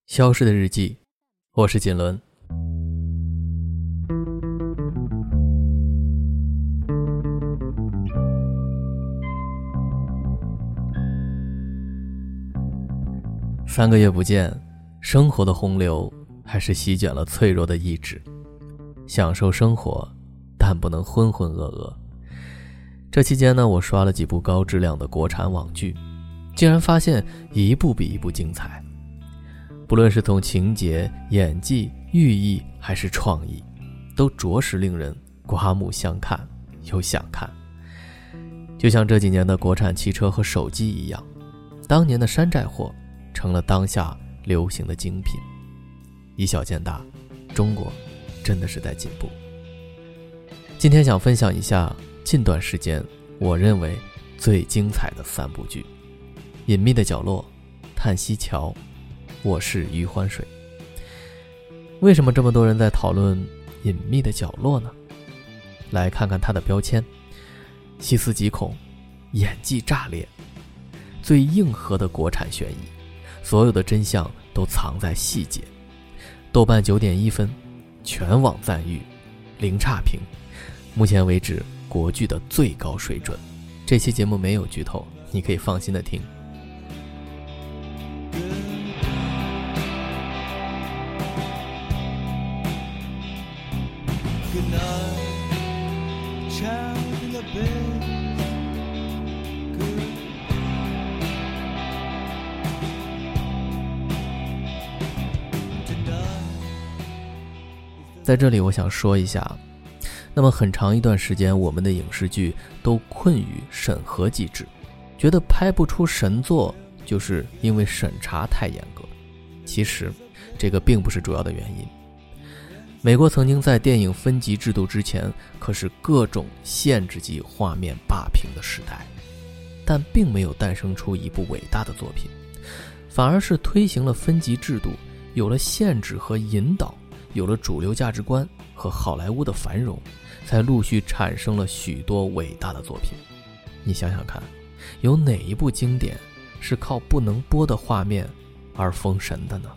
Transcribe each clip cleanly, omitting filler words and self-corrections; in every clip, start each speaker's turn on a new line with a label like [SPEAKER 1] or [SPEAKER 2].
[SPEAKER 1] 消失的日记，我是锦纶。3个月不见，生活的洪流还是席卷了脆弱的意志。享受生活，但不能浑浑噩噩。这期间呢，我刷了几部高质量的国产网剧，竟然发现一部比一部精彩。不论是从情节、演技、寓意还是创意，都着实令人刮目相看又想看。就像这几年的国产汽车和手机一样，当年的山寨货成了当下流行的精品。以小见大，中国真的是在进步。今天想分享一下近段时间我认为最精彩的3部剧：隐秘的角落、叹息桥、我是余欢水。为什么这么多人在讨论隐秘的角落呢？来看看它的标签：细思极恐，演技炸裂，最硬核的国产悬疑，所有的真相都藏在细节。豆瓣9.1分，全网赞誉，0差评，目前为止国剧的最高水准。这期节目没有剧透，你可以放心的听。在这里我想说一下，那么很长一段时间我们的影视剧都困于审核机制，觉得拍不出神作就是因为审查太严格。其实这个并不是主要的原因。美国曾经在电影分级制度之前可是各种限制级画面霸屏的时代，但并没有诞生出一部伟大的作品，反而是推行了分级制度，有了限制和引导，有了主流价值观和好莱坞的繁荣，才陆续产生了许多伟大的作品。你想想看，有哪一部经典是靠不能播的画面而封神的呢？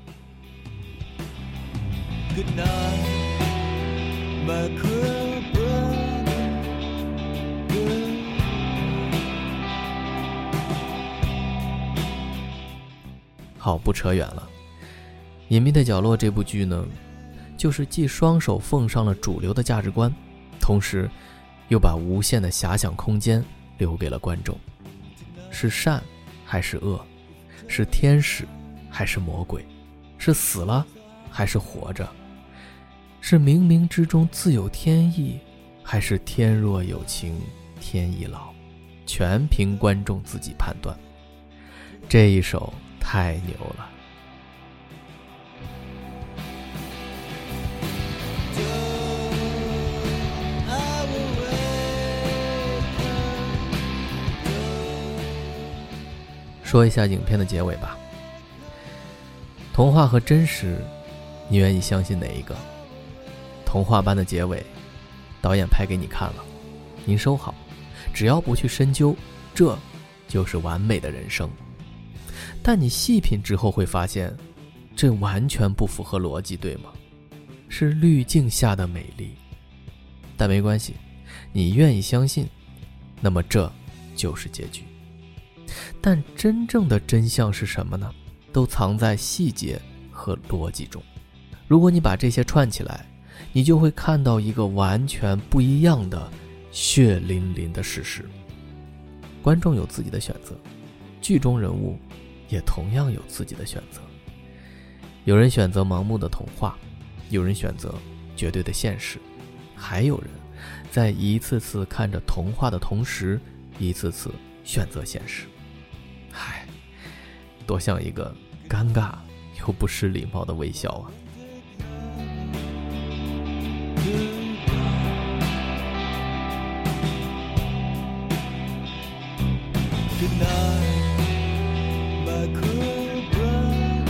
[SPEAKER 2] Good night, my cruel brother.
[SPEAKER 1] 好，不扯远了。隐秘的角落这部剧呢，就是既双手奉上了主流的价值观，同时又把无限的遐想空间留给了观众。是善还是恶？是天使还是魔鬼？是死了还是活着？是冥冥之中自有天意，还是天若有情天亦老？全凭观众自己判断。这一手太牛了。说一下影片的结尾吧。童话和真实，你愿意相信哪一个？童话般的结尾，导演拍给你看了，您收好，只要不去深究，这就是完美的人生。但你细品之后会发现，这完全不符合逻辑，对吗？是滤镜下的美丽。但没关系，你愿意相信，那么这就是结局。但真正的真相是什么呢？都藏在细节和逻辑中。如果你把这些串起来，你就会看到一个完全不一样的血淋淋的事实。观众有自己的选择，剧中人物也同样有自己的选择。有人选择盲目的童话，有人选择绝对的现实，还有人在一次次看着童话的同时，一次次选择现实。唉，多像一个尴尬又不失礼貌的微笑啊。
[SPEAKER 2] Good night, my cruel brother.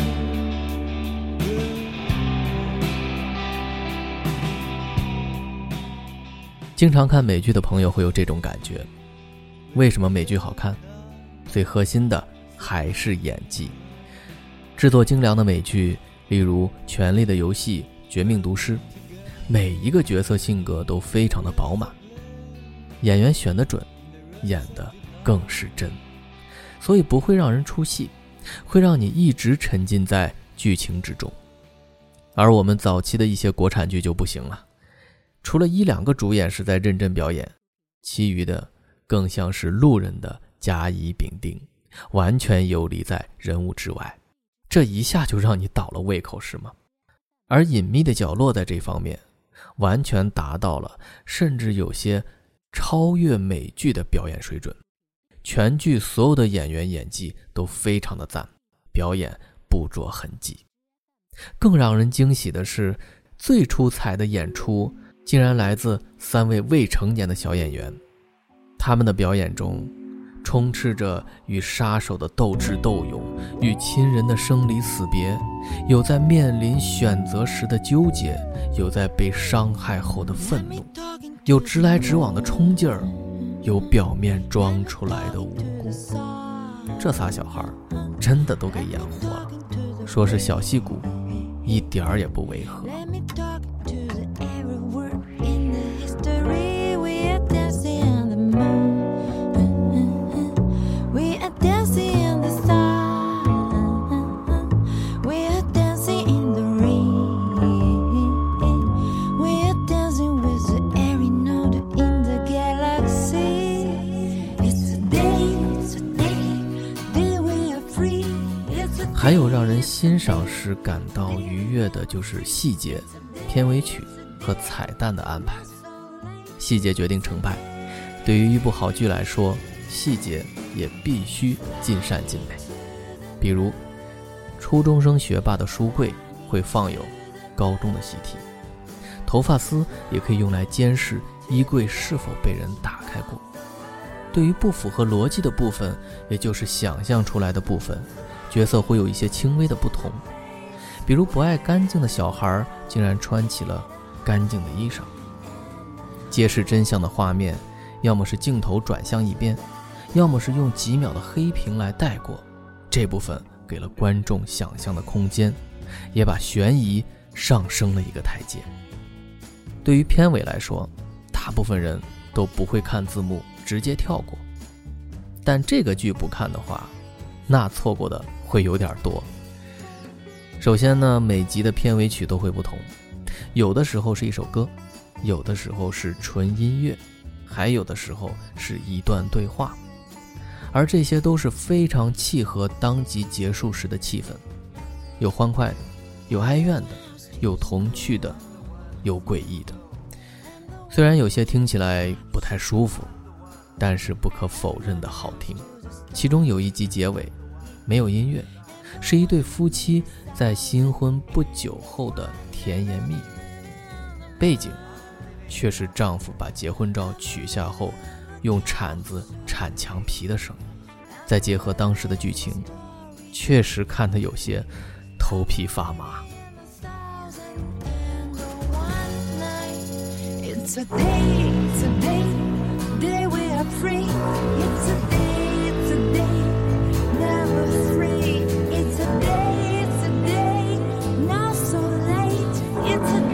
[SPEAKER 1] 经常看美剧的朋友会有这种感觉，为什么美剧好看？最核心的还是演技。制作精良的美剧例如《权力的游戏》《绝命毒师》，每一个角色性格都非常的饱满，演员选得准，演得更是真，所以不会让人出戏，会让你一直沉浸在剧情之中。而我们早期的一些国产剧就不行了，除了1-2个主演是在认真表演，其余的更像是路人的甲乙丙丁，完全游离在人物之外，这一下就让你倒了胃口是吗？而隐秘的角落在这方面完全达到了，甚至有些超越美剧的表演水准，全剧所有的演员演技都非常的赞，表演不着痕迹。更让人惊喜的是，最出彩的演出竟然来自3位未成年的小演员，他们的表演中充斥着与杀手的斗智斗勇，与亲人的生离死别，有在面临选择时的纠结，有在被伤害后的愤怒，有直来直往的冲劲儿，有表面装出来的无辜。这仨小孩真的都给演活了，说是小戏骨一点儿也不违和。还有让人欣赏时感到愉悦的就是细节、片尾曲和彩蛋的安排。细节决定成败，对于一部好剧来说，细节也必须尽善尽美。比如初中生学霸的书柜会放有高中的习题，头发丝也可以用来监视衣柜是否被人打开过。对于不符合逻辑的部分，也就是想象出来的部分，角色会有一些轻微的不同，比如不爱干净的小孩竟然穿起了干净的衣裳。揭示真相的画面，要么是镜头转向一边，要么是用几秒的黑屏来带过，这部分给了观众想象的空间，也把悬疑上升了一个台阶。对于片尾来说，大部分人都不会看字幕，直接跳过，但这个剧不看的话，那错过的会有点多。首先呢，每集的片尾曲都会不同，有的时候是一首歌，有的时候是纯音乐，还有的时候是一段对话，而这些都是非常契合当集结束时的气氛，有欢快的，有哀怨的，有童趣的，有诡异的。虽然有些听起来不太舒服，但是不可否认的好听。其中有一集结尾没有音乐，是一对夫妻在新婚不久后的甜言蜜语，背景却是丈夫把结婚照取下后用铲子铲墙皮的声音。再结合当时的剧情，确实看得有些头皮发麻。
[SPEAKER 2] It's a day, it's a day, day we are free. It's a day, it's a day, never free. It's a day, it's a day, not so late. It's a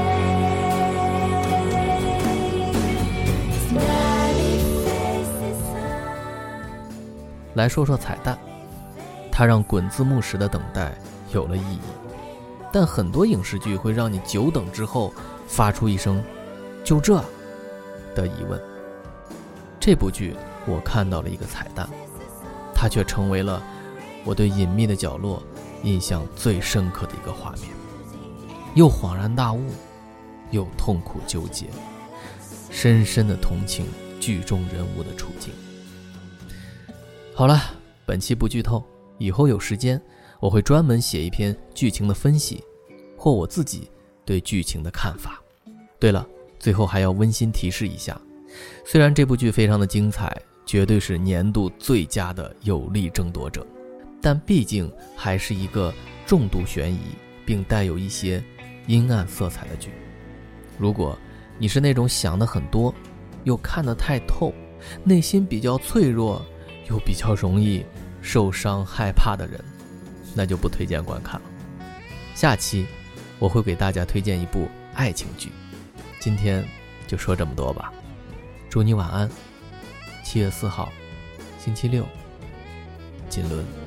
[SPEAKER 2] day, smiley faces on.
[SPEAKER 1] 来说说彩蛋，它让滚字幕时的等待有了意义，但很多影视剧会让你久等之后发出一声就这的疑问。这部剧我看到了一个彩蛋，它却成为了我对隐秘的角落印象最深刻的一个画面，又恍然大悟，又痛苦纠结，深深的同情剧中人物的处境。好了，本期不剧透，以后有时间我会专门写一篇剧情的分析，或我自己对剧情的看法。对了，最后还要温馨提示一下，虽然这部剧非常的精彩，绝对是年度最佳的有力争夺者，但毕竟还是一个重度悬疑并带有一些阴暗色彩的剧。如果你是那种想得很多又看得太透，内心比较脆弱又比较容易受伤害怕的人，那就不推荐观看了。 下期我会给大家推荐一部爱情剧。今天就说这么多吧，祝你晚安。7月4号星期六，金轮。